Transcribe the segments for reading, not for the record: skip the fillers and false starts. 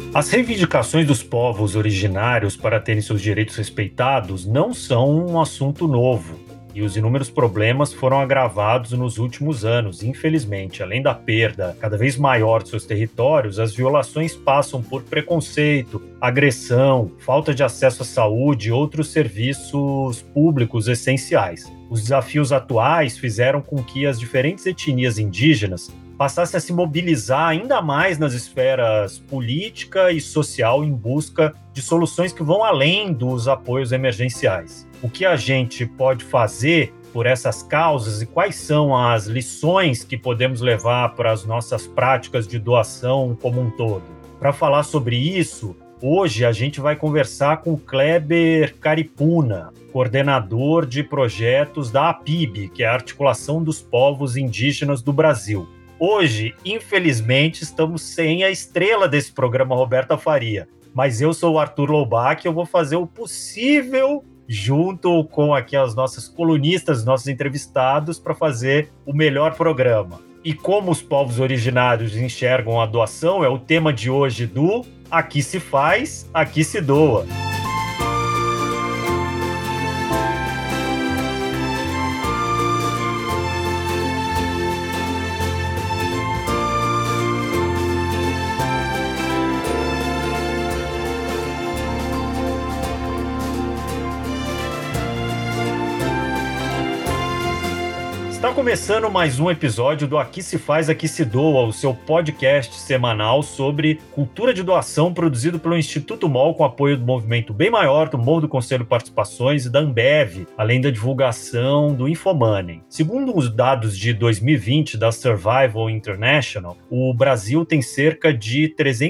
As reivindicações dos povos originários para terem seus direitos respeitados não são um assunto novo, e os inúmeros problemas foram agravados nos últimos anos. Infelizmente, além da perda cada vez maior de seus territórios, as violações passam por preconceito, agressão, falta de acesso à saúde e outros serviços públicos essenciais. Os desafios atuais fizeram com que as diferentes etnias indígenas passasse a se mobilizar ainda mais nas esferas política e social em busca de soluções que vão além dos apoios emergenciais. O que a gente pode fazer por essas causas e quais são as lições que podemos levar para as nossas práticas de doação como um todo? Para falar sobre isso, hoje a gente vai conversar com Kleber Caripuna, coordenador de projetos da APIB, que é a Articulação dos Povos Indígenas do Brasil. Hoje, infelizmente, estamos sem a estrela desse programa, Roberta Faria. Mas eu sou o Arthur Loubach e eu vou fazer o possível, junto com aqui as nossas colunistas, nossos entrevistados, para fazer o melhor programa. E como os povos originários enxergam a doação, é o tema de hoje do Aqui se faz, aqui se doa. Está começando mais um episódio do Aqui se faz, aqui se doa, o seu podcast semanal sobre cultura de doação produzido pelo Instituto MOL com apoio do Movimento Bem Maior, do Morro do Conselho Participações e da Ambev, além da divulgação do Infomoney. Segundo os dados de 2020 da Survival International, o Brasil tem cerca de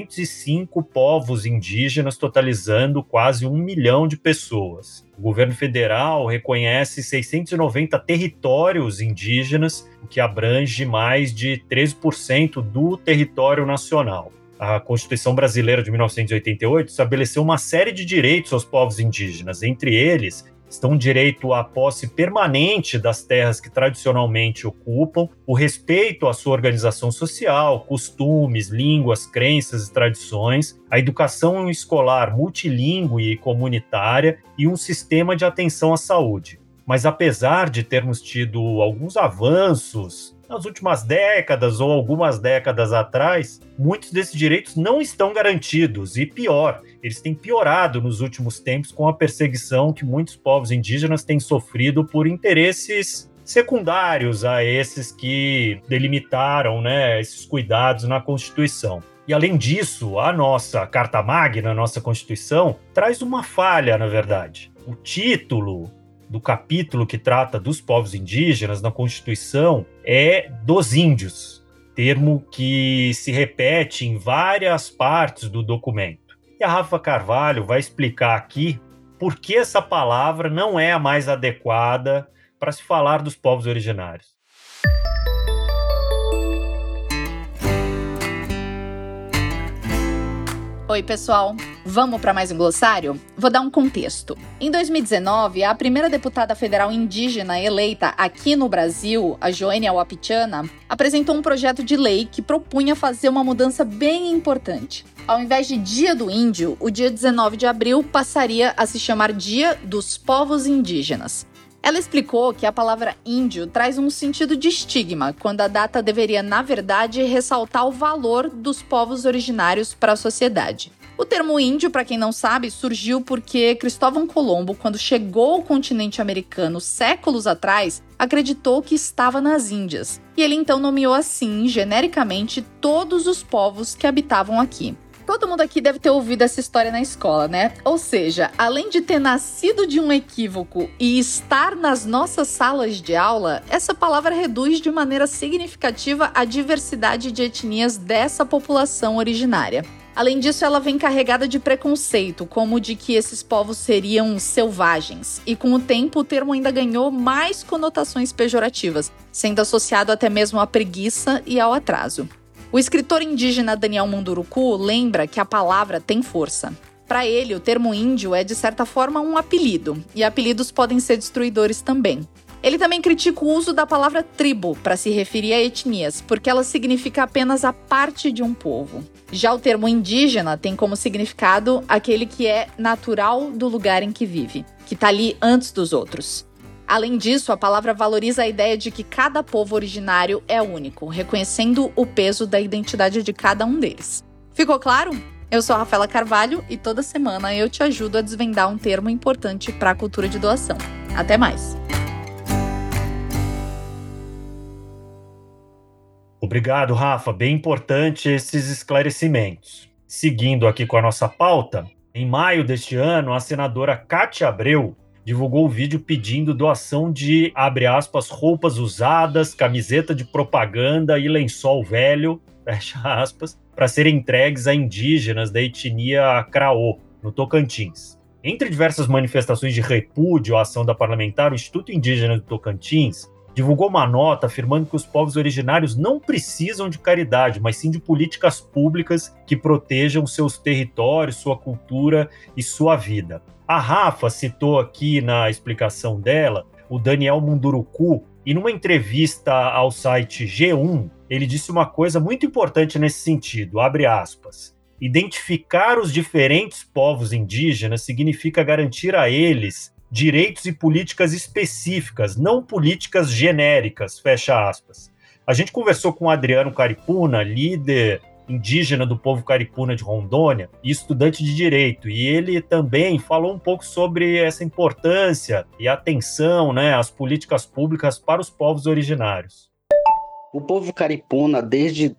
305 povos indígenas, totalizando quase 1 milhão de pessoas. O governo federal reconhece 690 territórios indígenas, o que abrange mais de 13% do território nacional. A Constituição Brasileira de 1988 estabeleceu uma série de direitos aos povos indígenas. Entre eles estão o direito à posse permanente das terras que tradicionalmente ocupam, o respeito à sua organização social, costumes, línguas, crenças e tradições, a educação escolar multilingüe e comunitária e um sistema de atenção à saúde. Mas apesar de termos tido alguns avanços nas últimas décadas ou algumas décadas atrás, muitos desses direitos não estão garantidos e pior, eles têm piorado nos últimos tempos com a perseguição que muitos povos indígenas têm sofrido por interesses secundários a esses que delimitaram, esses cuidados na Constituição. E além disso, a nossa Carta Magna, a nossa Constituição, traz uma falha, na verdade. O título do capítulo que trata dos povos indígenas na Constituição é dos índios, termo que se repete em várias partes do documento. E a Rafa Carvalho vai explicar aqui por que essa palavra não é a mais adequada para se falar dos povos originários. Oi, pessoal. Vamos para mais um glossário? Vou dar um contexto. Em 2019, a primeira deputada federal indígena eleita aqui no Brasil, a Joênia Wapichana, apresentou um projeto de lei que propunha fazer uma mudança bem importante. Ao invés de Dia do Índio, o dia 19 de abril passaria a se chamar Dia dos Povos Indígenas. Ela explicou que a palavra índio traz um sentido de estigma, quando a data deveria, na verdade, ressaltar o valor dos povos originários para a sociedade. O termo índio, para quem não sabe, surgiu porque Cristóvão Colombo, quando chegou ao continente americano séculos atrás, acreditou que estava nas Índias. E ele então nomeou assim, genericamente, todos os povos que habitavam aqui. Todo mundo aqui deve ter ouvido essa história na escola, né? Ou seja, além de ter nascido de um equívoco e estar nas nossas salas de aula, essa palavra reduz de maneira significativa a diversidade de etnias dessa população originária. Além disso, ela vem carregada de preconceito, como de que esses povos seriam selvagens. E com o tempo, o termo ainda ganhou mais conotações pejorativas, sendo associado até mesmo à preguiça e ao atraso. O escritor indígena Daniel Munduruku lembra que a palavra tem força. Para ele, o termo índio é, de certa forma, um apelido, e apelidos podem ser destruidores também. Ele também critica o uso da palavra tribo para se referir a etnias, porque ela significa apenas a parte de um povo. Já o termo indígena tem como significado aquele que é natural do lugar em que vive, que está ali antes dos outros. Além disso, a palavra valoriza a ideia de que cada povo originário é único, reconhecendo o peso da identidade de cada um deles. Ficou claro? Eu sou a Rafaela Carvalho e toda semana eu te ajudo a desvendar um termo importante para a cultura de doação. Até mais! Obrigado, Rafa. Bem importante esses esclarecimentos. Seguindo aqui com a nossa pauta, em maio deste ano, a senadora Cátia Abreu divulgou o vídeo pedindo doação de, abre aspas, roupas usadas, camiseta de propaganda e lençol velho, fecha aspas, para serem entregues a indígenas da etnia Craô, no Tocantins. Entre diversas manifestações de repúdio à ação da parlamentar, o Instituto Indígena do Tocantins divulgou uma nota afirmando que os povos originários não precisam de caridade, mas sim de políticas públicas que protejam seus territórios, sua cultura e sua vida. A Rafa citou aqui na explicação dela o Daniel Munduruku, e numa entrevista ao site G1, ele disse uma coisa muito importante nesse sentido, abre aspas, identificar os diferentes povos indígenas significa garantir a eles direitos e políticas específicas, não políticas genéricas, fecha aspas. A gente conversou com o Adriano Caripuna, líder indígena do povo Caripuna de Rondônia e estudante de Direito, e ele também falou um pouco sobre essa importância e atenção, às políticas públicas para os povos originários. O povo Caripuna, desde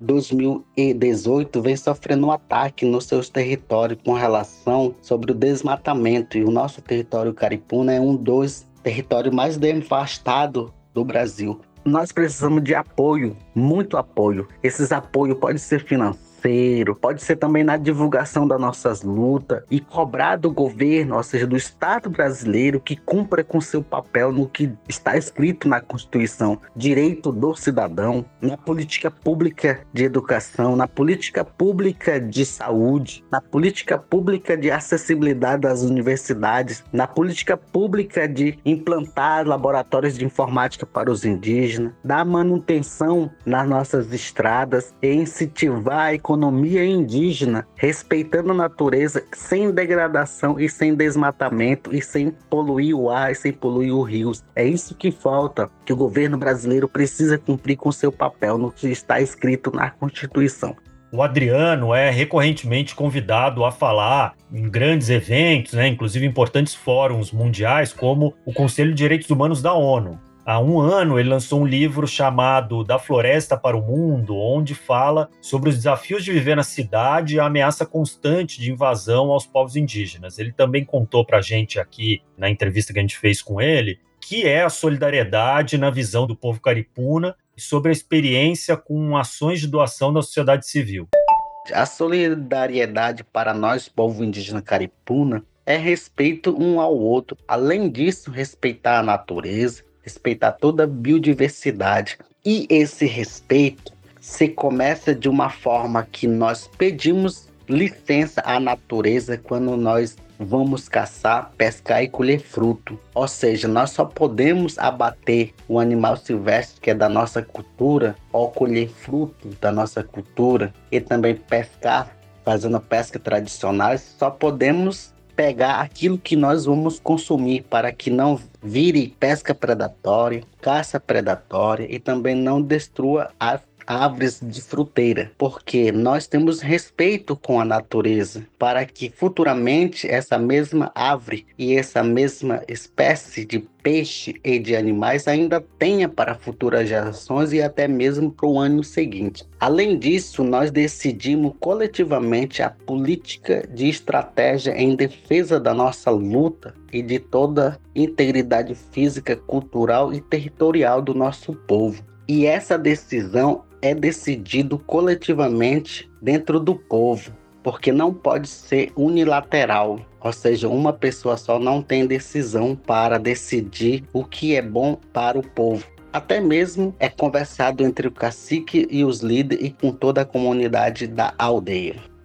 2018, vem sofrendo um ataque nos seus territórios com relação sobre o desmatamento. E o nosso território Caripuna é um dos territórios mais devastados do Brasil. Nós precisamos de apoio, muito apoio. Esses apoios podem ser financeiros, pode ser também na divulgação das nossas lutas e cobrar do governo, ou seja, do Estado brasileiro, que cumpra com seu papel no que está escrito na Constituição, direito do cidadão, na política pública de educação, na política pública de saúde, na política pública de acessibilidade das universidades, na política pública de implantar laboratórios de informática para os indígenas, dar manutenção nas nossas estradas e incentivar a economia indígena, respeitando a natureza, sem degradação e sem desmatamento e sem poluir o ar e sem poluir os rios. É isso que falta, que o governo brasileiro precisa cumprir com seu papel no que está escrito na Constituição. O Adriano é recorrentemente convidado a falar em grandes eventos, inclusive importantes fóruns mundiais, como o Conselho de Direitos Humanos da ONU. Há um ano, ele lançou um livro chamado Da Floresta para o Mundo, onde fala sobre os desafios de viver na cidade e a ameaça constante de invasão aos povos indígenas. Ele também contou para a gente aqui, na entrevista que a gente fez com ele, que é a solidariedade na visão do povo caripuna e sobre a experiência com ações de doação da sociedade civil. A solidariedade para nós, povo indígena caripuna, é respeito um ao outro. Além disso, respeitar a natureza, respeitar toda a biodiversidade. E esse respeito se começa de uma forma que nós pedimos licença à natureza quando nós vamos caçar, pescar e colher fruto. Ou seja, nós só podemos abater o animal silvestre que é da nossa cultura ou colher fruto da nossa cultura e também pescar, fazendo pesca tradicional, só podemos pegar aquilo que nós vamos consumir para que não vire pesca predatória, caça predatória e também não destrua as árvores de fruteira, porque nós temos respeito com a natureza para que futuramente essa mesma árvore e essa mesma espécie de peixe e de animais ainda tenha para futuras gerações e até mesmo para o ano seguinte. Além disso, nós decidimos coletivamente a política de estratégia em defesa da nossa luta e de toda a integridade física, cultural e territorial do nosso povo. E essa decisão é decidido coletivamente dentro do povo, porque não pode ser unilateral, ou seja, uma pessoa só não tem decisão para decidir o que é bom para o povo. Até mesmo é conversado entre o cacique e os líderes e com toda a comunidade da aldeia.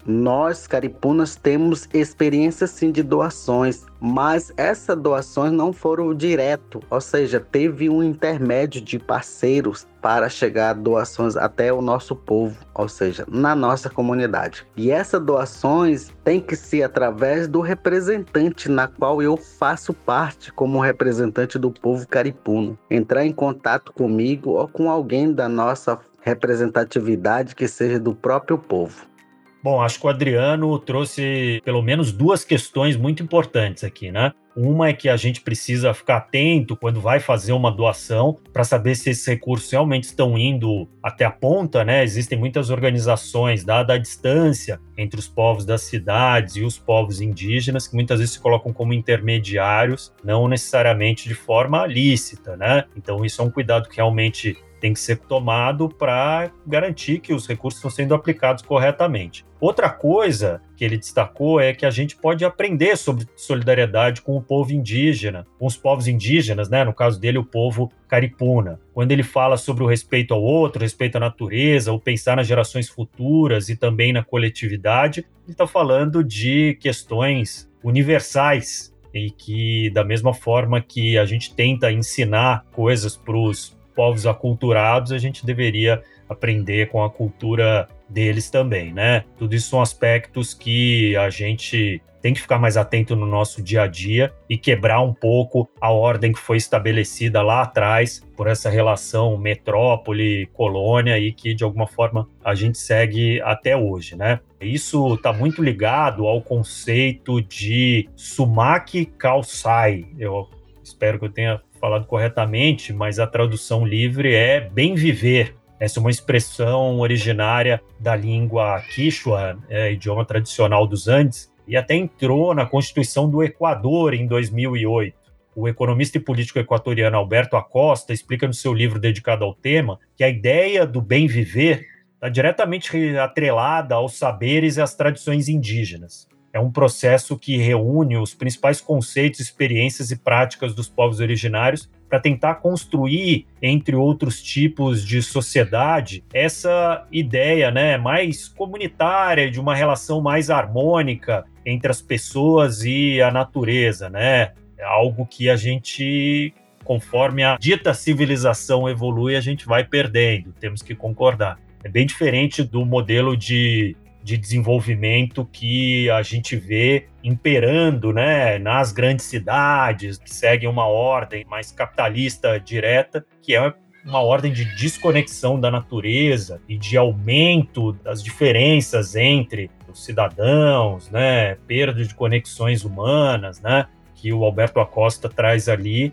Nós, caripunas, temos experiência sim de doações, mas essas doações não foram direto, ou seja, teve um intermédio de parceiros para chegar doações até o nosso povo, ou seja, na nossa comunidade. E essas doações tem que ser através do representante, na qual eu faço parte como representante do povo caripuna. Entrar em contato comigo ou com alguém da nossa representatividade que seja do próprio povo. Bom, acho que o Adriano trouxe pelo menos duas questões muito importantes aqui, né? Uma é que a gente precisa ficar atento quando vai fazer uma doação para saber se esses recursos realmente estão indo até a ponta, né? Existem muitas organizações, dada a distância entre os povos das cidades e os povos indígenas, que muitas vezes se colocam como intermediários, não necessariamente de forma lícita, né? Então isso é um cuidado que realmente tem que ser tomado para garantir que os recursos estão sendo aplicados corretamente. Outra coisa que ele destacou é que a gente pode aprender sobre solidariedade com o povo indígena, com os povos indígenas, né? No caso dele, o povo caripuna. Quando ele fala sobre o respeito ao outro, respeito à natureza, o pensar nas gerações futuras e também na coletividade, ele está falando de questões universais e que, da mesma forma que a gente tenta ensinar coisas para os povos aculturados, a gente deveria aprender com a cultura deles também, né? Tudo isso são aspectos que a gente tem que ficar mais atento no nosso dia a dia e quebrar um pouco a ordem que foi estabelecida lá atrás por essa relação metrópole-colônia e que, de alguma forma, a gente segue até hoje, né? Isso está muito ligado ao conceito de Sumac Calçai. Eu espero que eu tenha falado corretamente, mas a tradução livre é bem viver. Essa é uma expressão originária da língua Quichua, idioma tradicional dos Andes, e até entrou na Constituição do Equador em 2008. O economista e político equatoriano Alberto Acosta explica no seu livro dedicado ao tema que a ideia do bem viver está diretamente atrelada aos saberes e às tradições indígenas. É um processo que reúne os principais conceitos, experiências e práticas dos povos originários para tentar construir, entre outros tipos de sociedade, essa ideia, né, mais comunitária, de uma relação mais harmônica entre as pessoas e a natureza, né? É algo que a gente, conforme a dita civilização evolui, a gente vai perdendo, temos que concordar. É bem diferente do modelo de desenvolvimento que a gente vê imperando, né, nas grandes cidades, que seguem uma ordem mais capitalista direta, que é uma ordem de desconexão da natureza e de aumento das diferenças entre os cidadãos, né, perda de conexões humanas, né, que o Alberto Acosta traz ali,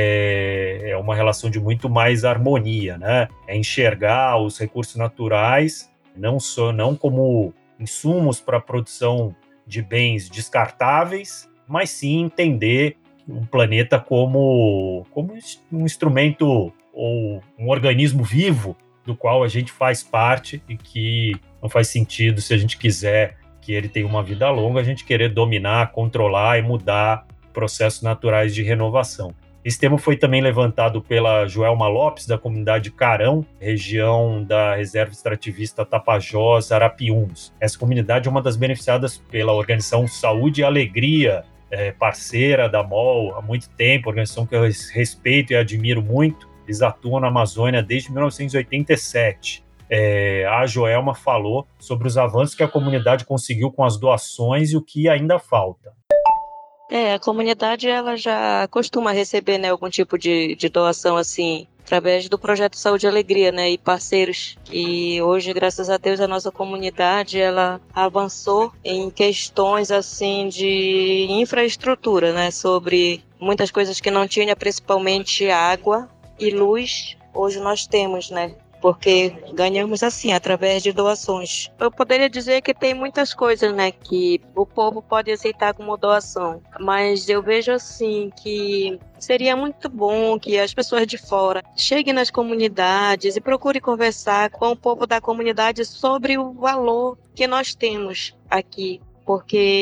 é uma relação de muito mais harmonia, né, é enxergar os recursos naturais não como insumos para a produção de bens descartáveis, mas sim entender o planeta como um instrumento ou um organismo vivo do qual a gente faz parte e que não faz sentido, se a gente quiser que ele tenha uma vida longa, a gente querer dominar, controlar e mudar processos naturais de renovação. Esse tema foi também levantado pela Joelma Lopes, da comunidade Carão, região da reserva extrativista Tapajós, Arapiuns. Essa comunidade é uma das beneficiadas pela organização Saúde e Alegria, parceira da MOL há muito tempo, organização que eu respeito e admiro muito. Eles atuam na Amazônia desde 1987. A Joelma falou sobre os avanços que a comunidade conseguiu com as doações e o que ainda falta. A comunidade ela já costuma receber, né, algum tipo de doação assim, através do projeto Saúde e Alegria, né, e parceiros. E hoje, graças a Deus, a nossa comunidade ela avançou em questões assim de infraestrutura, né, sobre muitas coisas que não tinha, principalmente água e luz. Hoje nós temos, né? Porque ganhamos assim, através de doações. Eu poderia dizer que tem muitas coisas, né, que o povo pode aceitar como doação, mas eu vejo assim que seria muito bom que as pessoas de fora cheguem nas comunidades e procurem conversar com o povo da comunidade sobre o valor que nós temos aqui, porque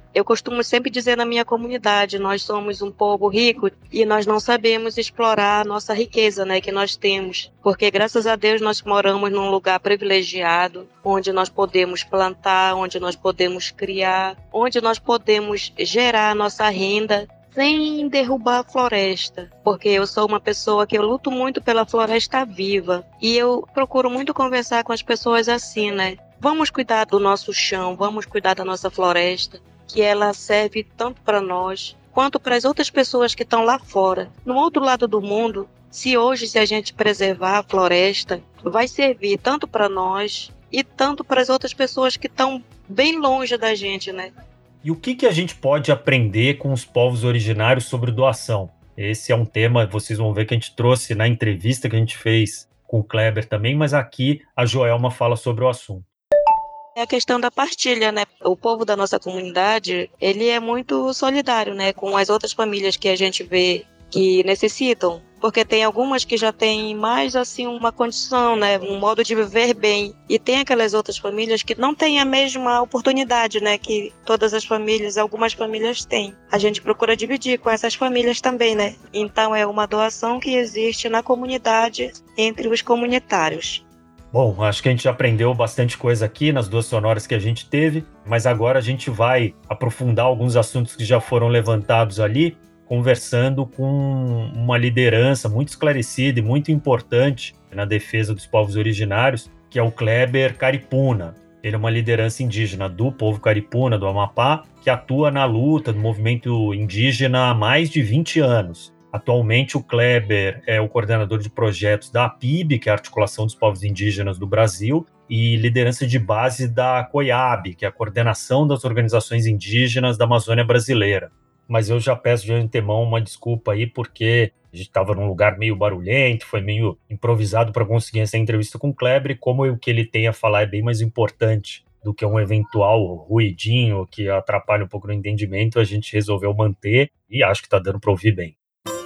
Eu costumo sempre dizer na minha comunidade, nós somos um povo rico e nós não sabemos explorar a nossa riqueza, né, que nós temos. Porque graças a Deus nós moramos num lugar privilegiado, onde nós podemos plantar, onde nós podemos criar, onde nós podemos gerar a nossa renda sem derrubar a floresta. Porque eu sou uma pessoa que eu luto muito pela floresta viva e eu procuro muito conversar com as pessoas assim, né? Vamos cuidar do nosso chão, vamos cuidar da nossa floresta, que ela serve tanto para nós, quanto para as outras pessoas que estão lá fora. No outro lado do mundo, se a gente preservar a floresta, vai servir tanto para nós e tanto para as outras pessoas que estão bem longe da gente, né? E o que a gente pode aprender com os povos originários sobre doação? Esse é um tema, vocês vão ver que a gente trouxe na entrevista que a gente fez com o Kleber também, mas aqui a Joelma fala sobre o assunto. É a questão da partilha, né? O povo da nossa comunidade, ele é muito solidário, né? Com as outras famílias que a gente vê que necessitam. Porque tem algumas que já têm mais, assim, uma condição, né? Um modo de viver bem. E tem aquelas outras famílias que não têm a mesma oportunidade, né? Que todas as famílias, algumas famílias têm. A gente procura dividir com essas famílias também, né? Então é uma doação que existe na comunidade entre os comunitários. Bom, acho que a gente aprendeu bastante coisa aqui nas 2 sonoras que a gente teve, mas agora a gente vai aprofundar alguns assuntos que já foram levantados ali, conversando com uma liderança muito esclarecida e muito importante na defesa dos povos originários, que é o Kleber Caripuna. Ele é uma liderança indígena do povo Caripuna, do Amapá, que atua na luta do movimento indígena há mais de 20 anos. Atualmente, o Kleber é o coordenador de projetos da APIB, que é a Articulação dos Povos Indígenas do Brasil, e liderança de base da COIAB, que é a Coordenação das Organizações Indígenas da Amazônia Brasileira. Mas eu já peço de antemão uma desculpa aí, porque a gente estava num lugar meio barulhento, foi meio improvisado para conseguir essa entrevista com o Kleber, e como o que ele tem a falar é bem mais importante do que um eventual ruidinho que atrapalha um pouco no entendimento, a gente resolveu manter e acho que está dando para ouvir bem.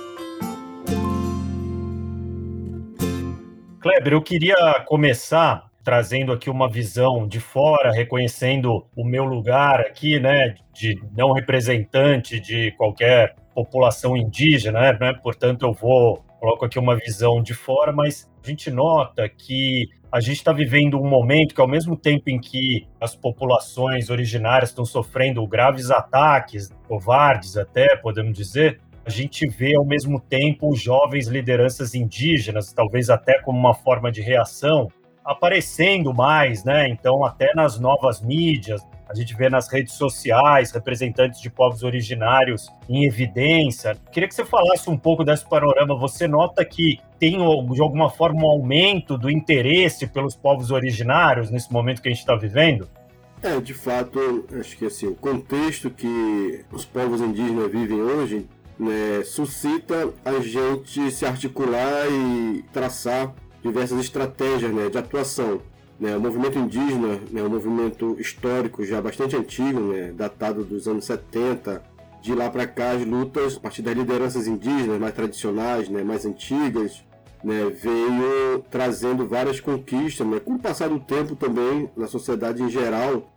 Kleber, eu queria começar trazendo aqui uma visão de fora, reconhecendo o meu lugar aqui, né, de não representante de qualquer população indígena, né? Portanto, coloco aqui uma visão de fora, mas a gente nota que a gente está vivendo um momento que, ao mesmo tempo em que as populações originárias estão sofrendo graves ataques, covardes até, podemos dizer, a gente vê, ao mesmo tempo, jovens lideranças indígenas, talvez até como uma forma de reação, aparecendo mais, né? Então, até nas novas mídias, a gente vê nas redes sociais representantes de povos originários em evidência. Queria que você falasse um pouco desse panorama. Você nota que tem, de alguma forma, um aumento do interesse pelos povos originários nesse momento que a gente está vivendo? De fato, acho que assim, o contexto que os povos indígenas vivem hoje, né, suscita a gente se articular e traçar diversas estratégias, né, de atuação. Né, o movimento indígena é um movimento histórico já bastante antigo, né, datado dos anos 70. De lá para cá, as lutas, a partir das lideranças indígenas mais tradicionais, né, mais antigas, né, veio trazendo várias conquistas. Né, com o passar do tempo também, na sociedade em geral,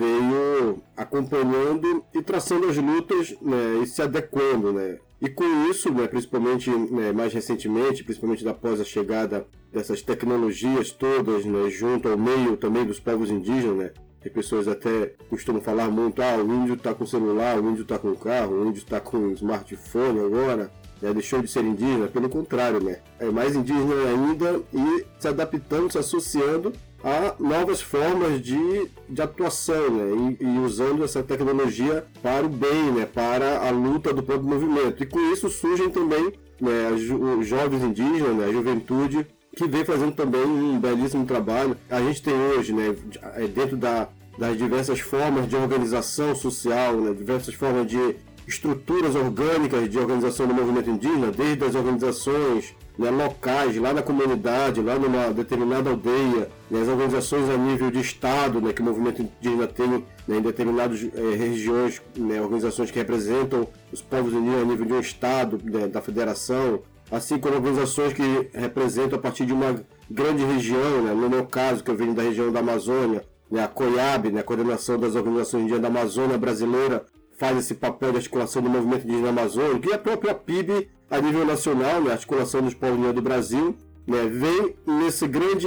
veio acompanhando e traçando as lutas, né, e se adequando, né. E com isso, né, principalmente, né, mais recentemente, principalmente após a chegada dessas tecnologias todas, né, junto ao meio também dos povos indígenas, né, tem pessoas até costumam falar muito, o índio está com celular, o índio está com carro, o índio está com smartphone agora, né, deixou de ser indígena. Pelo contrário, né, é mais indígena ainda e se adaptando, se associando a novas formas de atuação, né, e usando essa tecnologia para o bem, né, para a luta do próprio movimento. E com isso surgem também, né, os jovens indígenas, né, a juventude, que vem fazendo também um belíssimo trabalho. A gente tem hoje, né, dentro das diversas formas de organização social, né, diversas formas de estruturas orgânicas de organização do movimento indígena, desde as organizações, né, locais, lá na comunidade, lá numa determinada aldeia, né, as organizações a nível de estado, né, que o movimento indígena tem, né, em determinadas regiões, né, organizações que representam os povos indígenas a nível de um estado, né, da federação, assim como organizações que representam a partir de uma grande região, né, no meu caso, que eu venho da região da Amazônia, né, a COIAB, né, a Coordenação das Organizações Indígenas da Amazônia Brasileira, faz esse papel de articulação do movimento indígena amazônico, e a própria PIB a nível nacional, né, a articulação dos povos indígenas do Brasil, né, vem nesse grande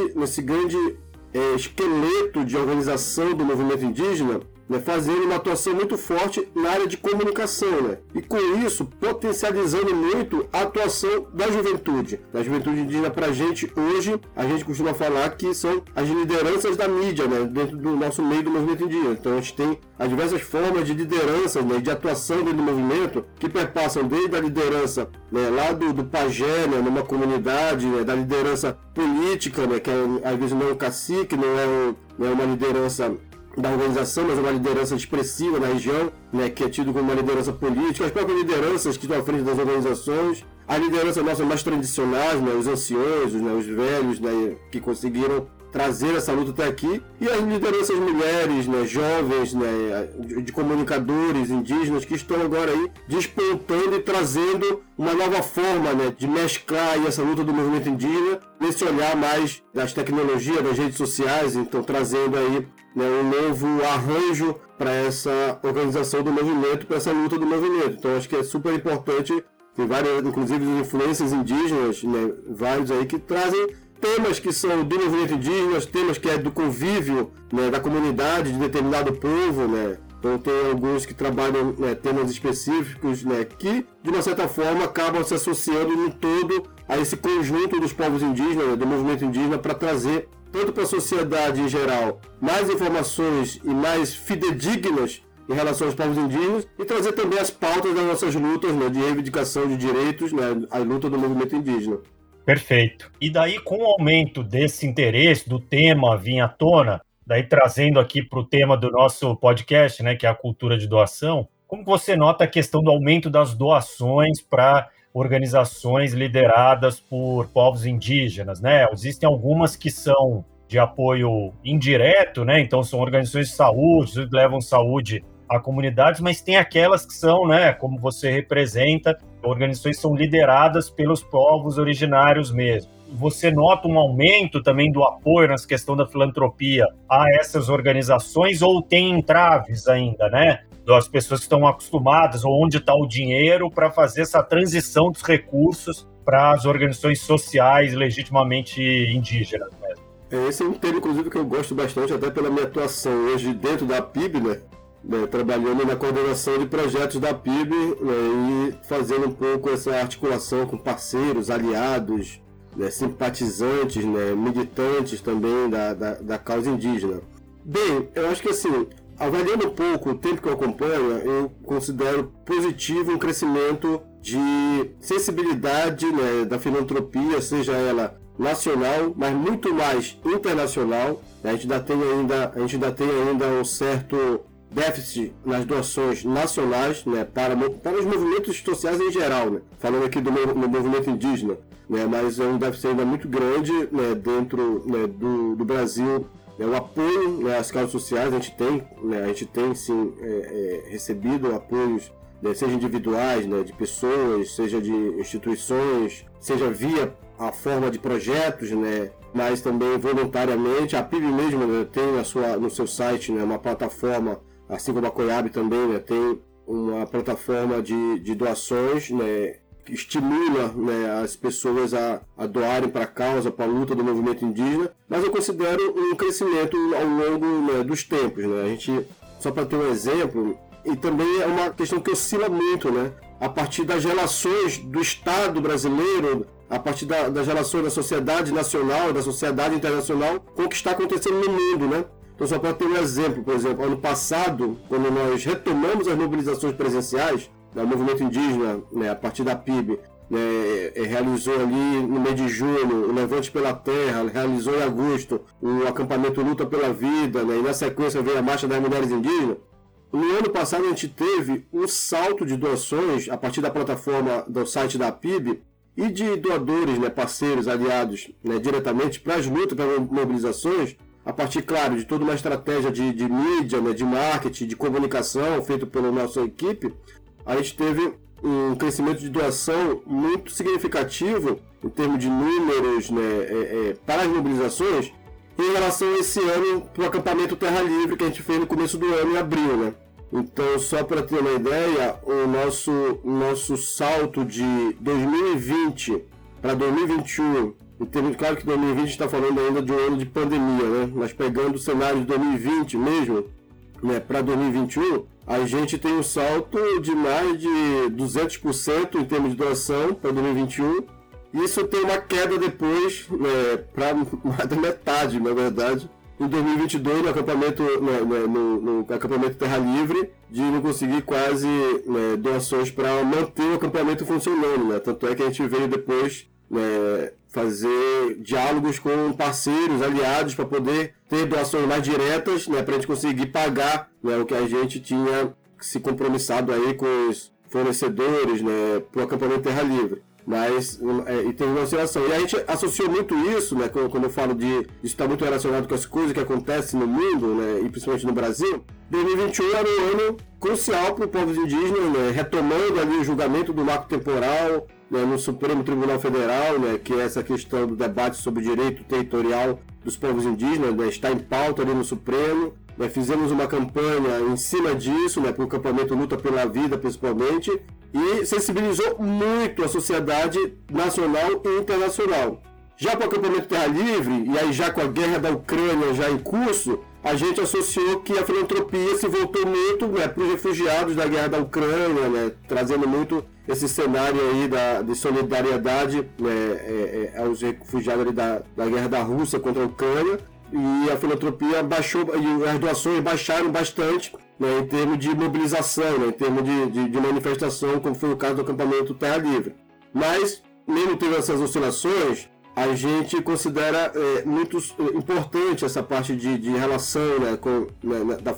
esqueleto de organização do movimento indígena, né, fazendo uma atuação muito forte na área de comunicação, né? E com isso potencializando muito a atuação da juventude indígena. Para a gente hoje, a gente costuma falar que são as lideranças da mídia, né, dentro do nosso meio do movimento indígena. Então a gente tem as diversas formas de liderança, né, de atuação dentro do movimento, que perpassam desde a liderança, né, lá do pajé, né, numa comunidade, né, da liderança política, né, que às vezes não é um cacique, não é uma liderança da organização, mas é uma liderança expressiva na região, né, que é tido como uma liderança política, as próprias lideranças que estão à frente das organizações, a liderança nossa mais tradicionais, né, os anciões, né, os velhos, né, que conseguiram trazer essa luta até aqui, e as lideranças mulheres, né, jovens, né, de comunicadores indígenas que estão agora aí despontando e trazendo uma nova forma, né, de mesclar aí essa luta do movimento indígena nesse olhar mais das tecnologias, das redes sociais, então trazendo aí, né, um novo arranjo para essa organização do movimento, para essa luta do movimento. Então acho que é super importante, tem várias, inclusive influências indígenas, né, vários aí que trazem temas que são do movimento indígena, temas que é do convívio, né, da comunidade de determinado povo, né. Então tem alguns que trabalham, né, temas específicos, né, que de uma certa forma acabam se associando no todo a esse conjunto dos povos indígenas, né, do movimento indígena, para trazer tanto para a sociedade em geral mais informações e mais fidedignas em relação aos povos indígenas, e trazer também as pautas das nossas lutas, né, de reivindicação de direitos, né, a luta do movimento indígena. Perfeito. E daí, com o aumento desse interesse, do tema vir à tona, daí trazendo aqui para o tema do nosso podcast, né, que é a cultura de doação, como você nota a questão do aumento das doações para organizações lideradas por povos indígenas, né? Existem algumas que são de apoio indireto, né? Então são organizações de saúde, que levam saúde a comunidades, mas tem aquelas que são, né, como você representa, organizações que são lideradas pelos povos originários mesmo. Você nota um aumento também do apoio nessa questão da filantropia a essas organizações, ou tem entraves ainda, né? Das pessoas que estão acostumadas, ou onde está o dinheiro para fazer essa transição dos recursos para as organizações sociais legitimamente indígenas mesmo. Esse é um tema, inclusive, que eu gosto bastante, até pela minha atuação hoje dentro da PIB, né? Trabalhando na coordenação de projetos da PIB, né, e fazendo um pouco essa articulação com parceiros, aliados, né, simpatizantes, né, militantes também da causa indígena. Bem, eu acho que assim, avaliando um pouco o tempo que eu acompanho, eu considero positivo um crescimento de sensibilidade, né, da filantropia, seja ela nacional, mas muito mais internacional. A gente ainda tem ainda um certo déficit nas doações nacionais, né, para os movimentos sociais em geral, né, falando aqui do movimento indígena, né, mas é um déficit ainda muito grande, né, dentro, né, do Brasil. O apoio, né, às causas sociais a gente tem sim recebido apoios, né, seja individuais, né, de pessoas, seja de instituições, seja via a forma de projetos, né, mas também voluntariamente. A PIB mesmo, né, tem no seu site, né, uma plataforma, assim como a COIAB também, né, tem uma plataforma de doações, né, que estimula, né, as pessoas a doarem para a causa, para a luta do movimento indígena, mas eu considero um crescimento ao longo, né, dos tempos, né. A gente, só para ter um exemplo, e também é uma questão que oscila muito, né, a partir das relações do Estado brasileiro, a partir das relações da sociedade nacional, da sociedade internacional, com o que está acontecendo no mundo, né. Então, só para ter um exemplo, por exemplo, ano passado, quando nós retomamos as mobilizações presenciais, o movimento indígena, né, a partir da PIB, né, realizou ali no mês de junho o Levante pela Terra, realizou em agosto o acampamento Luta pela Vida, né, e na sequência veio a Marcha das Mulheres Indígenas. No ano passado a gente teve um salto de doações a partir da plataforma do site da PIB e de doadores, né, parceiros, aliados, né, diretamente para as lutas, para as mobilizações, a partir, claro, de toda uma estratégia de mídia, né, de marketing, de comunicação feito pela nossa equipe. A gente teve um crescimento de doação muito significativo em termos de números, né, para as mobilizações, em relação a esse ano para o acampamento Terra Livre que a gente fez no começo do ano, em abril, né? Então, só para ter uma ideia, o nosso salto de 2020 para 2021, em termos, claro que 2020 está falando ainda de um ano de pandemia, né? Mas pegando o cenário de 2020 mesmo, né, para 2021, a gente tem um salto de mais de 200% em termos de doação para 2021. Isso tem uma queda depois, né, para mais da metade, na verdade, em 2022, no acampamento, no acampamento Terra Livre, de não conseguir quase, né, doações para manter o acampamento funcionando, né? Tanto é que a gente veio depois, né, fazer diálogos com parceiros, aliados, para poder ter doações mais diretas, né, para a gente conseguir pagar, né, o que a gente tinha se compromissado aí com os fornecedores, né, para o acampamento Terra Livre. Mas e teve uma oscilação. E a gente associou muito isso, né, quando eu falo de isso está muito relacionado com as coisas que acontecem no mundo, né, e principalmente no Brasil. 2021 era um ano crucial para os povos indígenas, né, retomando ali o julgamento do marco temporal, né, no Supremo Tribunal Federal, né, que é essa questão do debate sobre o direito territorial dos povos indígenas, né, está em pauta ali no Supremo. Né, fizemos uma campanha em cima disso, né, para o acampamento Luta pela Vida, principalmente, e sensibilizou muito a sociedade nacional e internacional. Já para o acampamento Terra Livre, e aí já com a guerra da Ucrânia já em curso, a gente associou que a filantropia se voltou muito, né, para os refugiados da guerra da Ucrânia, né, trazendo muito esse cenário aí de solidariedade, né, aos refugiados ali da guerra da Rússia contra a Ucrânia. E a filantropia baixou, e as doações baixaram bastante, né, em termos de mobilização, né, em termos de manifestação, como foi o caso do acampamento Terra Livre. Mas, mesmo tendo essas oscilações, a gente considera muito importante essa parte de relação, né, da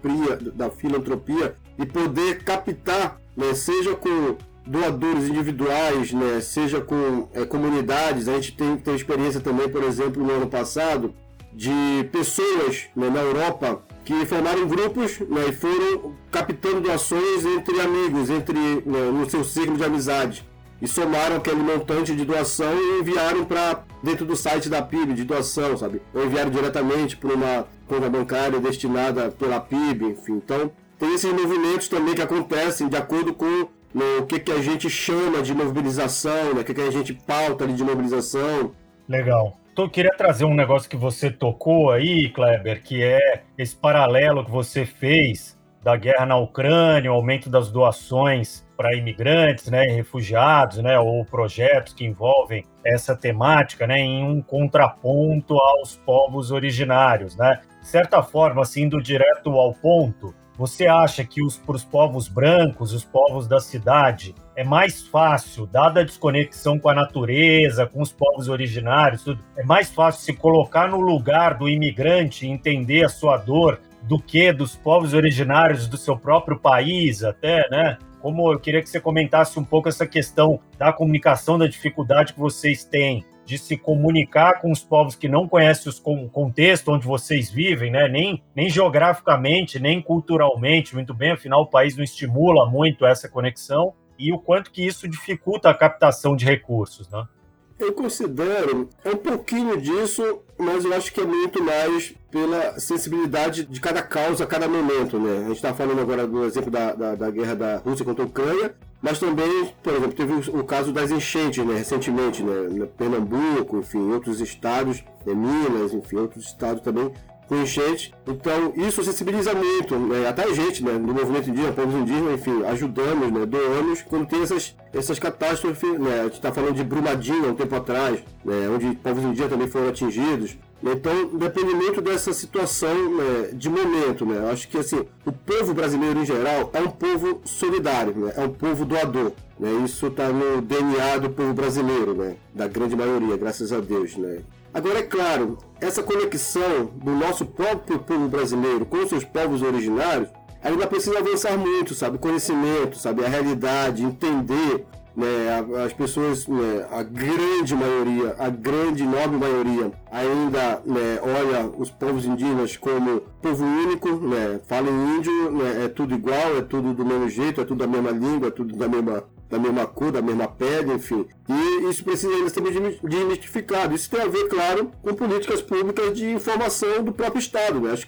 filantropia e poder captar, né, seja com doadores individuais, né, seja com comunidades. A gente tem experiência também, por exemplo, no ano passado, de pessoas, né, na Europa que formaram grupos, né, e foram captando doações entre amigos, né, no seu círculo de amizade, e somaram aquele montante de doação e enviaram para dentro do site da PIB de doação, sabe? Ou enviaram diretamente para uma conta bancária destinada pela PIB, enfim. Então, tem esses movimentos também que acontecem de acordo com, né, o que a gente chama de mobilização, né, o que a gente pauta ali de mobilização. Legal. Eu queria trazer um negócio que você tocou aí, Kleber, que é esse paralelo que você fez da guerra na Ucrânia, o aumento das doações para imigrantes, né, refugiados, né, ou projetos que envolvem essa temática, né, em um contraponto aos povos originários, né? De certa forma, assim, indo direto ao ponto, você acha que para os povos brancos, os povos da cidade, é mais fácil, dada a desconexão com a natureza, com os povos originários, tudo, é mais fácil se colocar no lugar do imigrante e entender a sua dor do que dos povos originários do seu próprio país até, né? Como eu queria que você comentasse um pouco essa questão da comunicação, da dificuldade que vocês têm de se comunicar com os povos que não conhecem o contexto onde vocês vivem, né? Nem geograficamente, nem culturalmente, muito bem, afinal o país não estimula muito essa conexão, e o quanto que isso dificulta a captação de recursos, né? Eu considero um pouquinho disso, mas eu acho que é muito mais pela sensibilidade de cada causa, a cada momento, né? A gente está falando agora do exemplo da guerra da Rússia contra a Ucrânia, mas também, por exemplo, teve o caso das enchentes, né, recentemente, né, Pernambuco, enfim, outros estados, Minas, enfim, outros estados também com enchente. Então, isso sensibiliza muito, né, até a gente, né, do movimento indígena, povos indígenas, enfim, ajudamos, né, doamos quando tem essas catástrofes, né? A gente está falando de Brumadinho há um tempo atrás, né, onde povos indígenas também foram atingidos. Então, depende muito dessa situação, né, de momento, né? Eu acho que, assim, o povo brasileiro em geral é um povo solidário, né? É um povo doador, né? Isso está no DNA do povo brasileiro, né? Da grande maioria, graças a Deus, né? Agora, é claro, essa conexão do nosso próprio povo brasileiro com os seus povos originários ainda precisa avançar muito, sabe? Conhecimento, sabe? A realidade, entender, né, as pessoas, né, a grande maioria, a grande enorme maioria ainda, né, olha os povos indígenas como povo único, né, fala em índio, né, é tudo igual, é tudo do mesmo jeito, é tudo da mesma língua, é tudo da mesma cor, da mesma pele, enfim. E isso precisa ainda ser desmistificado. Isso tem a ver, claro, com políticas públicas de informação do próprio Estado, né? Acho que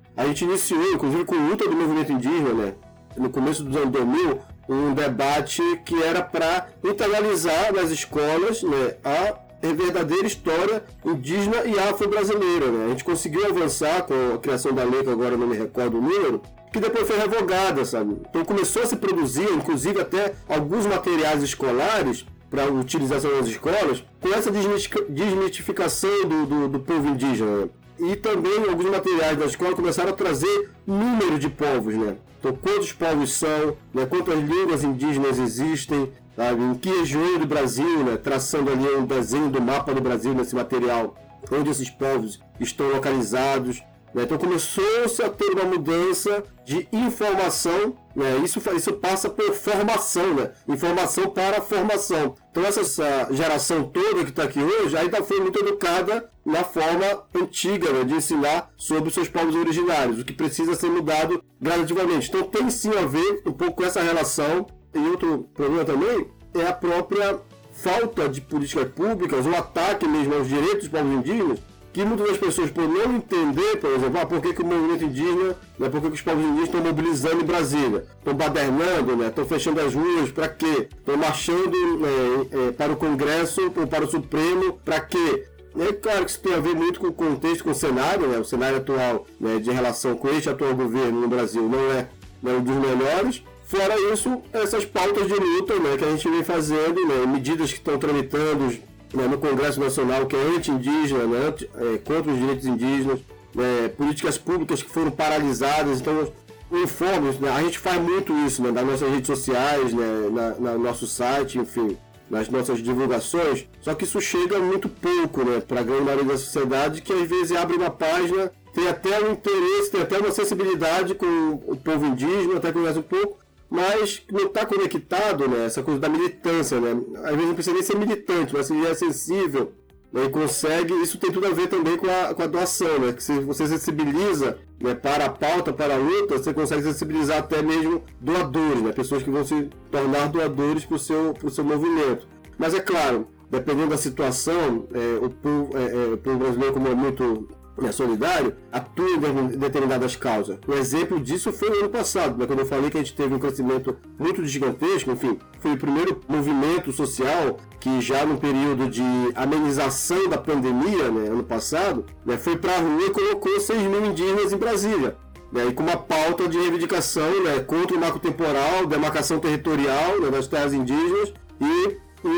a gente iniciou, inclusive com luta do movimento indígena, né, no começo dos anos 2000, um debate que era para integralizar nas escolas, né, a verdadeira história indígena e afro-brasileira. Né? A gente conseguiu avançar com a criação da lei, que agora não me recordo o número, que depois foi revogada, sabe? Então começou a se produzir, inclusive até alguns materiais escolares para utilização nas escolas, com essa desmitificação do povo indígena. Né? E também alguns materiais da escola começaram a trazer número de povos, né? Então, quantos povos são, né? Quantas línguas indígenas existem, sabe? Em que região do Brasil, né? Traçando ali um desenho do mapa do Brasil nesse material, onde esses povos estão localizados. Né? Então, começou-se a ter uma mudança de informação, né? Isso passa por formação, né? Informação para formação. Então, essa geração toda que está aqui hoje ainda foi muito educada na forma antiga, né, de ensinar sobre os seus povos originários, o que precisa ser mudado gradativamente. Então tem sim a ver um pouco com essa relação. E outro problema também é a própria falta de políticas públicas, o ataque mesmo aos direitos dos povos indígenas, que muitas das pessoas, por não entender, por exemplo, por que o movimento indígena, né, por que os povos indígenas estão mobilizando em Brasília, estão badernando, né, estão fechando as ruas, para quê? Estão marchando para o Congresso, para o Supremo, para quê? É claro que isso tem a ver muito com o contexto, com o cenário, né? O cenário atual, né, de relação com este atual governo no Brasil não é um dos melhores. Fora isso, essas pautas de luta, né, que a gente vem fazendo, né, medidas que estão tramitando, né, no Congresso Nacional, que é anti-indígena, né, contra os direitos indígenas, né, políticas públicas que foram paralisadas. Então, informes, né, a gente faz muito isso, né, nas nossas redes sociais, né, no nosso site, enfim, nas nossas divulgações, só que isso chega muito pouco, né, para a grande maioria da sociedade, que às vezes abre uma página, tem até um interesse, tem até uma sensibilidade com o povo indígena, até conhece um pouco, mas não está conectado, né, essa coisa da militância, né, às vezes não precisa nem ser militante, mas se é sensível, né, e consegue, isso tem tudo a ver também com a doação, né, que se você sensibiliza, né, para a pauta, para a luta, você consegue sensibilizar até mesmo doadores, né, pessoas que vão se tornar doadores para o seu movimento. Mas é claro, dependendo da situação, o povo brasileiro, como é muito solidário, atua em determinadas causas. Um exemplo disso foi no ano passado, né, quando eu falei que a gente teve um crescimento muito gigantesco. Enfim, foi o primeiro movimento social que já no período de amenização da pandemia, né, ano passado, né, foi para a rua e colocou 6 mil indígenas em Brasília, né, e com uma pauta de reivindicação, né, contra o marco temporal, demarcação territorial, né, das terras indígenas e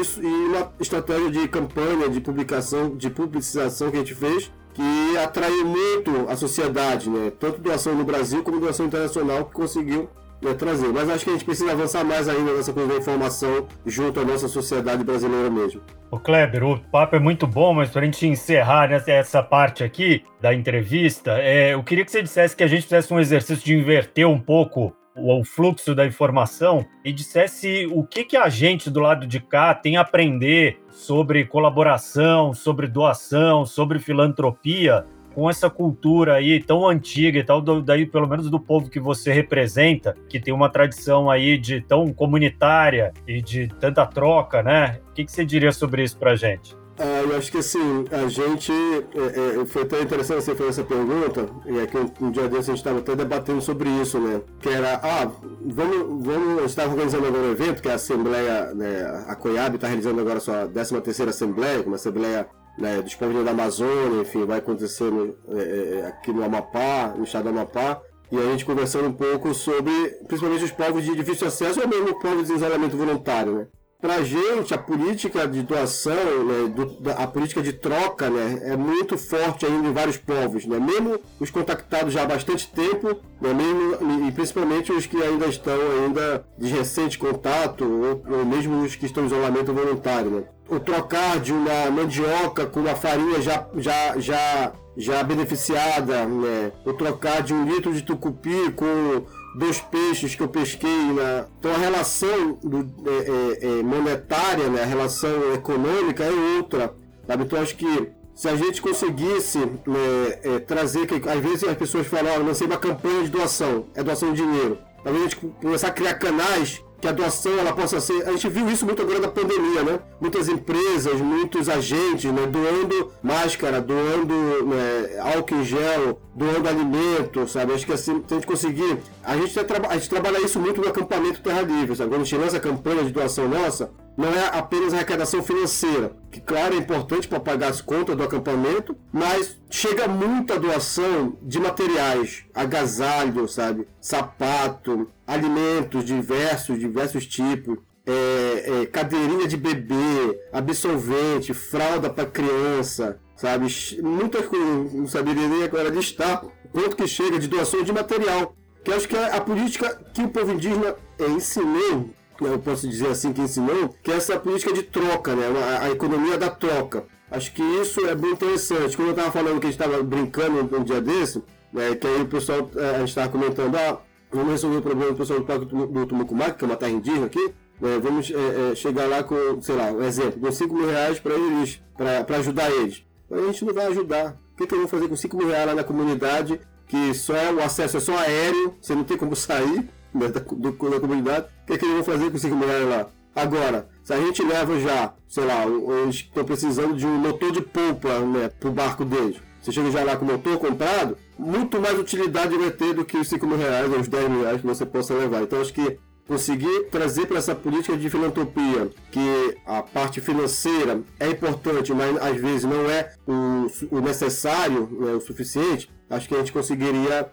uma estratégia de campanha, de publicização que a gente fez, que atraiu muito a sociedade, né? Tanto doação no Brasil como doação internacional, que conseguiu, né, trazer. Mas acho que a gente precisa avançar mais ainda nessa coisa da informação junto à nossa sociedade brasileira mesmo. Ô Kleber, o papo é muito bom, mas para a gente encerrar essa parte aqui da entrevista, eu queria que você dissesse que a gente fizesse um exercício de inverter um pouco o fluxo da informação e dissesse o que a gente do lado de cá tem a aprender sobre colaboração, sobre doação, sobre filantropia, com essa cultura aí tão antiga e tal, daí pelo menos do povo que você representa, que tem uma tradição aí de tão comunitária e de tanta troca, né? O que você diria sobre isso pra gente? Eu acho que assim, a gente, foi até interessante você fazer essa pergunta, e aqui um dia desse a gente estava até debatendo sobre isso, né, que era, a gente estava organizando agora um evento, que é a Assembleia, né, a COIAB está realizando agora a sua 13ª Assembleia, uma Assembleia, né, dos povos da Amazônia, enfim, vai acontecer aqui no Amapá, no estado do Amapá, e a gente conversando um pouco sobre, principalmente os povos de difícil acesso, ou mesmo povos de isolamento voluntário, né. Para a gente, a política de doação, né, a política de troca, né, é muito forte ainda em vários povos, né, mesmo os contactados já há bastante tempo, né, mesmo, e principalmente os que ainda estão de recente contato, ou mesmo os que estão em isolamento voluntário. Né. O trocar de uma mandioca com uma farinha já beneficiada, né, o trocar de 1 litro de tucupi com 2 peixes que eu pesquei, né? Então a relação monetária, né? A relação econômica é outra, sabe? Então acho que se a gente conseguisse trazer, que às vezes as pessoas falam, lancei uma campanha de doação, é doação de dinheiro. Talvez a gente começar a criar canais que a doação ela possa ser... A gente viu isso muito agora na pandemia, né? Muitas empresas, muitos agentes, né? Doando máscara, doando álcool em gel, doando alimento, sabe? Acho que assim, se a gente conseguir... A gente trabalha isso muito no acampamento Terra Livre, sabe? Quando a gente lança a campanha de doação nossa, não é apenas arrecadação financeira, que claro é importante para pagar as contas do acampamento, mas chega muita doação de materiais, agasalho, sabe, sapato, alimentos diversos tipos, cadeirinha de bebê, absorvente, fralda para criança, sabe, muitas coisas, não saberia nem agora listar quanto que chega de doação de material, que acho que é a política que o povo indígena ensinou. Eu posso dizer assim que ensinou, que é essa política de troca, né? A economia da troca. Acho que isso é bem interessante. Quando eu estava falando que a gente estava brincando um dia desse, que aí o pessoal, a gente estava comentando, vamos resolver o problema do pessoal do Parque do Tumucumaque, que é uma terra indígena aqui, vamos chegar lá com, sei lá, um exemplo, com R$5.000 para eles, para ajudar eles. Mas a gente não vai ajudar. O que eu vou fazer com R$5.000 lá na comunidade, que só o acesso é só aéreo, você não tem como sair da comunidade? O que eles vão fazer com R$5.000 lá? Agora, se a gente leva já, sei lá, eles estão precisando de um motor de polpa, né, pro barco deles. Você chega já lá com o motor comprado, muito mais utilidade vai ter do que os R$5.000 ou os R$10.000 que você possa levar. Então acho que conseguir trazer para essa política de filantropia, que a parte financeira é importante, mas às vezes não é o necessário, o suficiente, acho que a gente conseguiria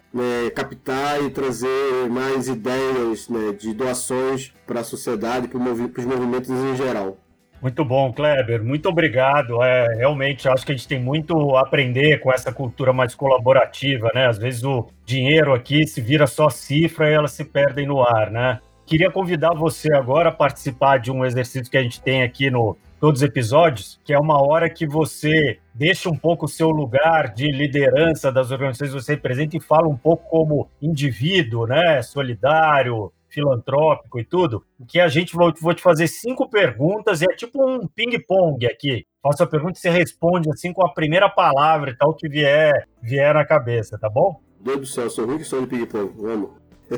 captar e trazer mais ideias, né, de doações para a sociedade, para os movimentos em geral. Muito bom, Kleber. Muito obrigado. Realmente, acho que a gente tem muito a aprender com essa cultura mais colaborativa, né? Às vezes o dinheiro aqui se vira só cifra e elas se perdem no ar, né? Queria convidar você agora a participar de um exercício que a gente tem aqui no todos os episódios, que é uma hora que você deixa um pouco o seu lugar de liderança das organizações que você representa e fala um pouco como indivíduo, né? Solidário, filantrópico e tudo, que a gente vou te fazer 5 perguntas, e é tipo um ping-pong aqui. Faço a pergunta e você responde assim com a primeira palavra e tal que vier na cabeça, tá bom? Deus do céu, sou ruim que sou de ping-pong, vamos.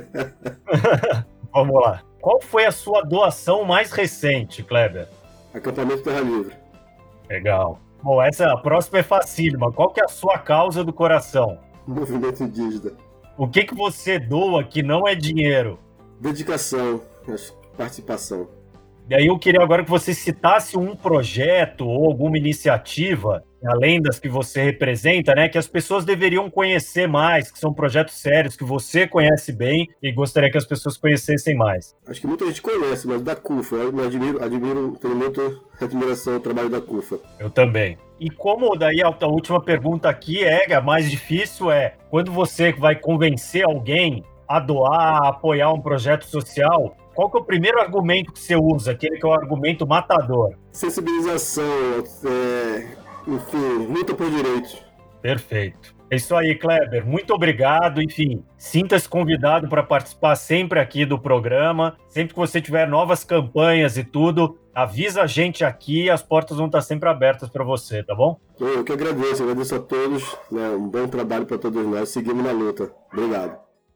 Vamos lá. Qual foi a sua doação mais recente, Kleber? Acampamento Terra Livre. Legal. Bom, a próxima é facílima. Qual que é a sua causa do coração? Movimento indígena. O que você doa que não é dinheiro? Dedicação, participação. E aí eu queria agora que você citasse um projeto ou alguma iniciativa, além das que você representa, né, que as pessoas deveriam conhecer mais, que são projetos sérios, que você conhece bem e gostaria que as pessoas conhecessem mais. Acho que muita gente conhece, mas da CUFA, eu admiro, tenho muita admiração ao trabalho da CUFA. Eu também. E como daí a última pergunta aqui a mais difícil quando você vai convencer alguém a doar, a apoiar um projeto social, qual que é o primeiro argumento que você usa? Aquele que é o argumento matador. Sensibilização, enfim, luta por direitos. Perfeito. É isso aí, Kleber. Muito obrigado. Enfim, sinta-se convidado para participar sempre aqui do programa. Sempre que você tiver novas campanhas e tudo, avisa a gente aqui, as portas vão estar sempre abertas para você, tá bom? Eu que agradeço a todos, né? Um bom trabalho para todos nós. Seguimos na luta. Obrigado.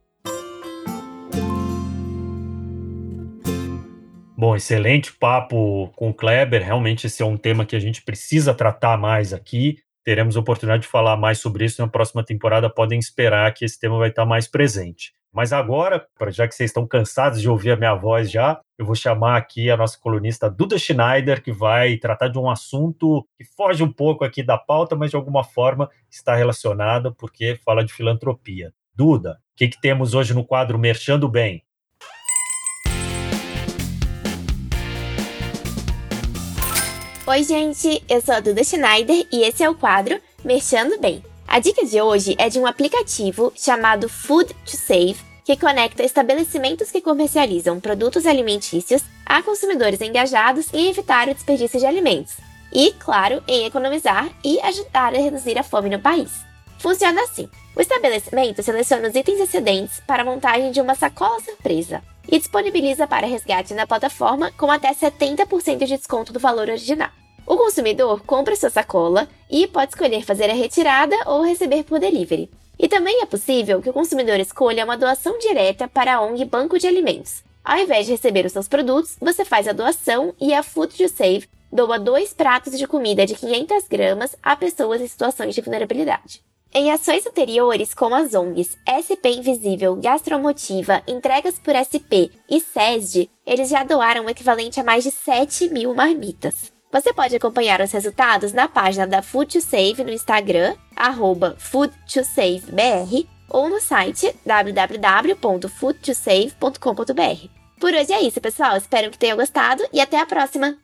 Bom, excelente papo com o Kleber. Realmente esse é um tema que a gente precisa tratar mais aqui. Teremos a oportunidade de falar mais sobre isso na próxima temporada. Podem esperar que esse tema vai estar mais presente. Mas agora, já que vocês estão cansados de ouvir a minha voz já, eu vou chamar aqui a nossa colunista Duda Schneider, que vai tratar de um assunto que foge um pouco aqui da pauta, mas de alguma forma está relacionado, porque fala de filantropia. Duda, o que temos hoje no quadro Merchando Bem? Oi, gente, eu sou a Duda Schneider e esse é o quadro Merchando Bem. A dica de hoje é de um aplicativo chamado Food to Save, que conecta estabelecimentos que comercializam produtos alimentícios a consumidores engajados em evitar o desperdício de alimentos. E, claro, em economizar e ajudar a reduzir a fome no país. Funciona assim. O estabelecimento seleciona os itens excedentes para a montagem de uma sacola surpresa e disponibiliza para resgate na plataforma com até 70% de desconto do valor original. O consumidor compra sua sacola e pode escolher fazer a retirada ou receber por delivery. E também é possível que o consumidor escolha uma doação direta para a ONG Banco de Alimentos. Ao invés de receber os seus produtos, você faz a doação e a Food to Save doa 2 pratos de comida de 500 gramas a pessoas em situações de vulnerabilidade. Em ações anteriores, como as ONGs SP Invisível, Gastromotiva, Entregas por SP e SESD, eles já doaram o equivalente a mais de 7 mil marmitas. Você pode acompanhar os resultados na página da Food to Save no Instagram, @foodtosavebr, ou no site www.foodtosave.com.br. Por hoje é isso, pessoal. Espero que tenham gostado e até a próxima!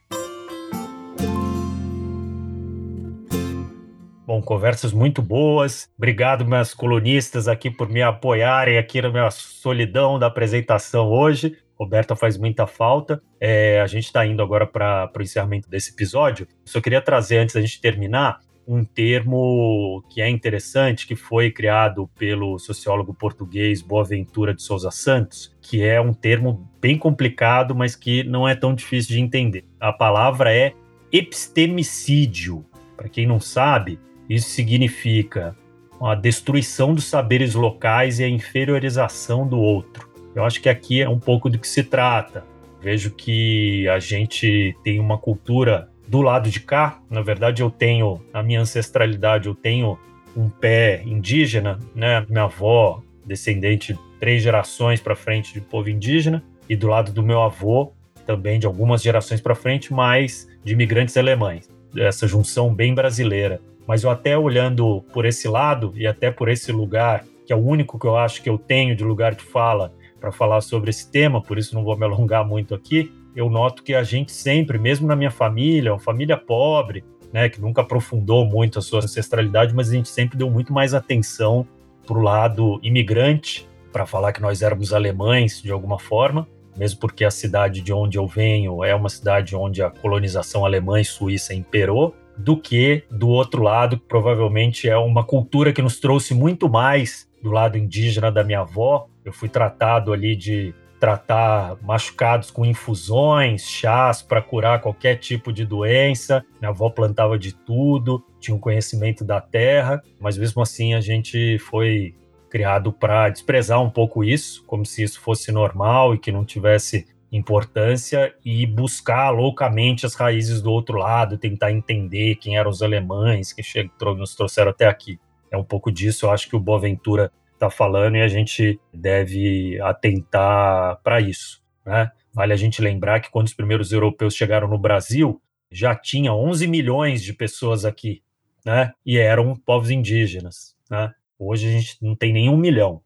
Bom, conversas muito boas. Obrigado, meus colunistas, aqui por me apoiarem aqui na minha solidão da apresentação hoje. Roberta faz muita falta. A gente está indo agora para o encerramento desse episódio. Só queria trazer, antes da gente terminar, um termo que é interessante, que foi criado pelo sociólogo português Boaventura de Sousa Santos, que é um termo bem complicado, mas que não é tão difícil de entender. A palavra é epistemicídio. Para quem não sabe, isso significa a destruição dos saberes locais e a inferiorização do outro. Eu acho que aqui é um pouco do que se trata. Vejo que a gente tem uma cultura do lado de cá. Na verdade, na minha ancestralidade, eu tenho um pé indígena, né? Minha avó, descendente 3 gerações para frente de povo indígena, e do lado do meu avô, também de algumas gerações para frente, mas de imigrantes alemães. Essa junção bem brasileira. Mas eu até olhando por esse lado e até por esse lugar, que é o único que eu acho que eu tenho de lugar de fala para falar sobre esse tema, por isso não vou me alongar muito aqui, eu noto que a gente sempre, mesmo na minha família, uma família pobre, né, que nunca aprofundou muito a sua ancestralidade, mas a gente sempre deu muito mais atenção para o lado imigrante, para falar que nós éramos alemães de alguma forma, mesmo porque a cidade de onde eu venho é uma cidade onde a colonização alemã e suíça imperou, do que do outro lado, que provavelmente é uma cultura que nos trouxe muito mais do lado indígena da minha avó. Eu fui tratado ali de tratar machucados com infusões, chás para curar qualquer tipo de doença. Minha avó plantava de tudo, tinha um conhecimento da terra, mas mesmo assim a gente foi criado para desprezar um pouco isso, como se isso fosse normal e que não tivesse importância, e buscar loucamente as raízes do outro lado, tentar entender quem eram os alemães que nos trouxeram até aqui. É um pouco disso, eu acho que o Boaventura está falando, e a gente deve atentar para isso, né? Vale a gente lembrar que quando os primeiros europeus chegaram no Brasil, já tinha 11 milhões de pessoas aqui, né? E eram povos indígenas, né? Hoje a gente não tem nem 1 milhão.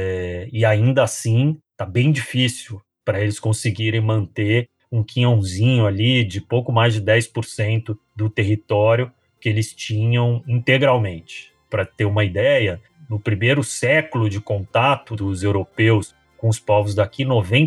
E ainda assim, está bem difícil para eles conseguirem manter um quinhãozinho ali de pouco mais de 10% do território que eles tinham integralmente. Para ter uma ideia, no primeiro século de contato dos europeus com os povos daqui,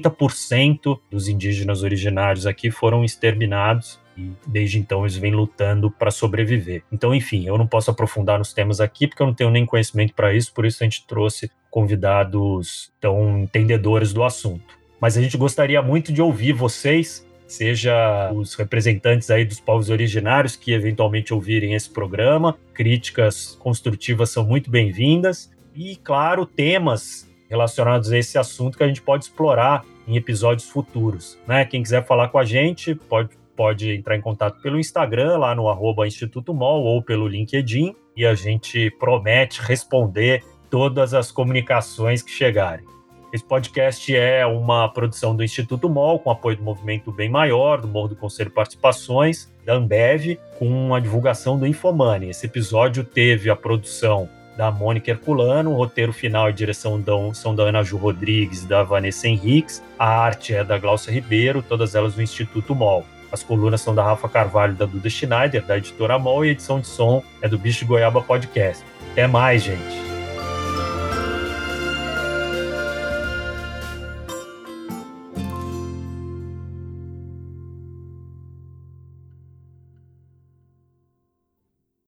90% dos indígenas originários aqui foram exterminados, e desde então eles vêm lutando para sobreviver. Então, enfim, eu não posso aprofundar nos temas aqui, porque eu não tenho nem conhecimento para isso, por isso a gente trouxe convidados tão entendedores do assunto. Mas a gente gostaria muito de ouvir vocês, seja os representantes aí dos povos originários que eventualmente ouvirem esse programa. Críticas construtivas são muito bem-vindas e, claro, temas relacionados a esse assunto que a gente pode explorar em episódios futuros, né? Quem quiser falar com a gente pode entrar em contato pelo Instagram, lá no @InstitutoMOL, ou pelo LinkedIn, e a gente promete responder todas as comunicações que chegarem. Esse podcast é uma produção do Instituto MOL, com apoio do Movimento Bem Maior, do Morro do Conselho Participações, da Ambev, com a divulgação do Infomoney. Esse episódio teve a produção da Mônica Herculano, o roteiro final e direção são da Ana Ju Rodrigues e da Vanessa Henriques, a arte é da Glaucia Ribeiro, todas elas do Instituto MOL. As colunas são da Rafa Carvalho e da Duda Schneider, da editora MOL, e a edição de som é do Bicho de Goiaba Podcast. Até mais, gente!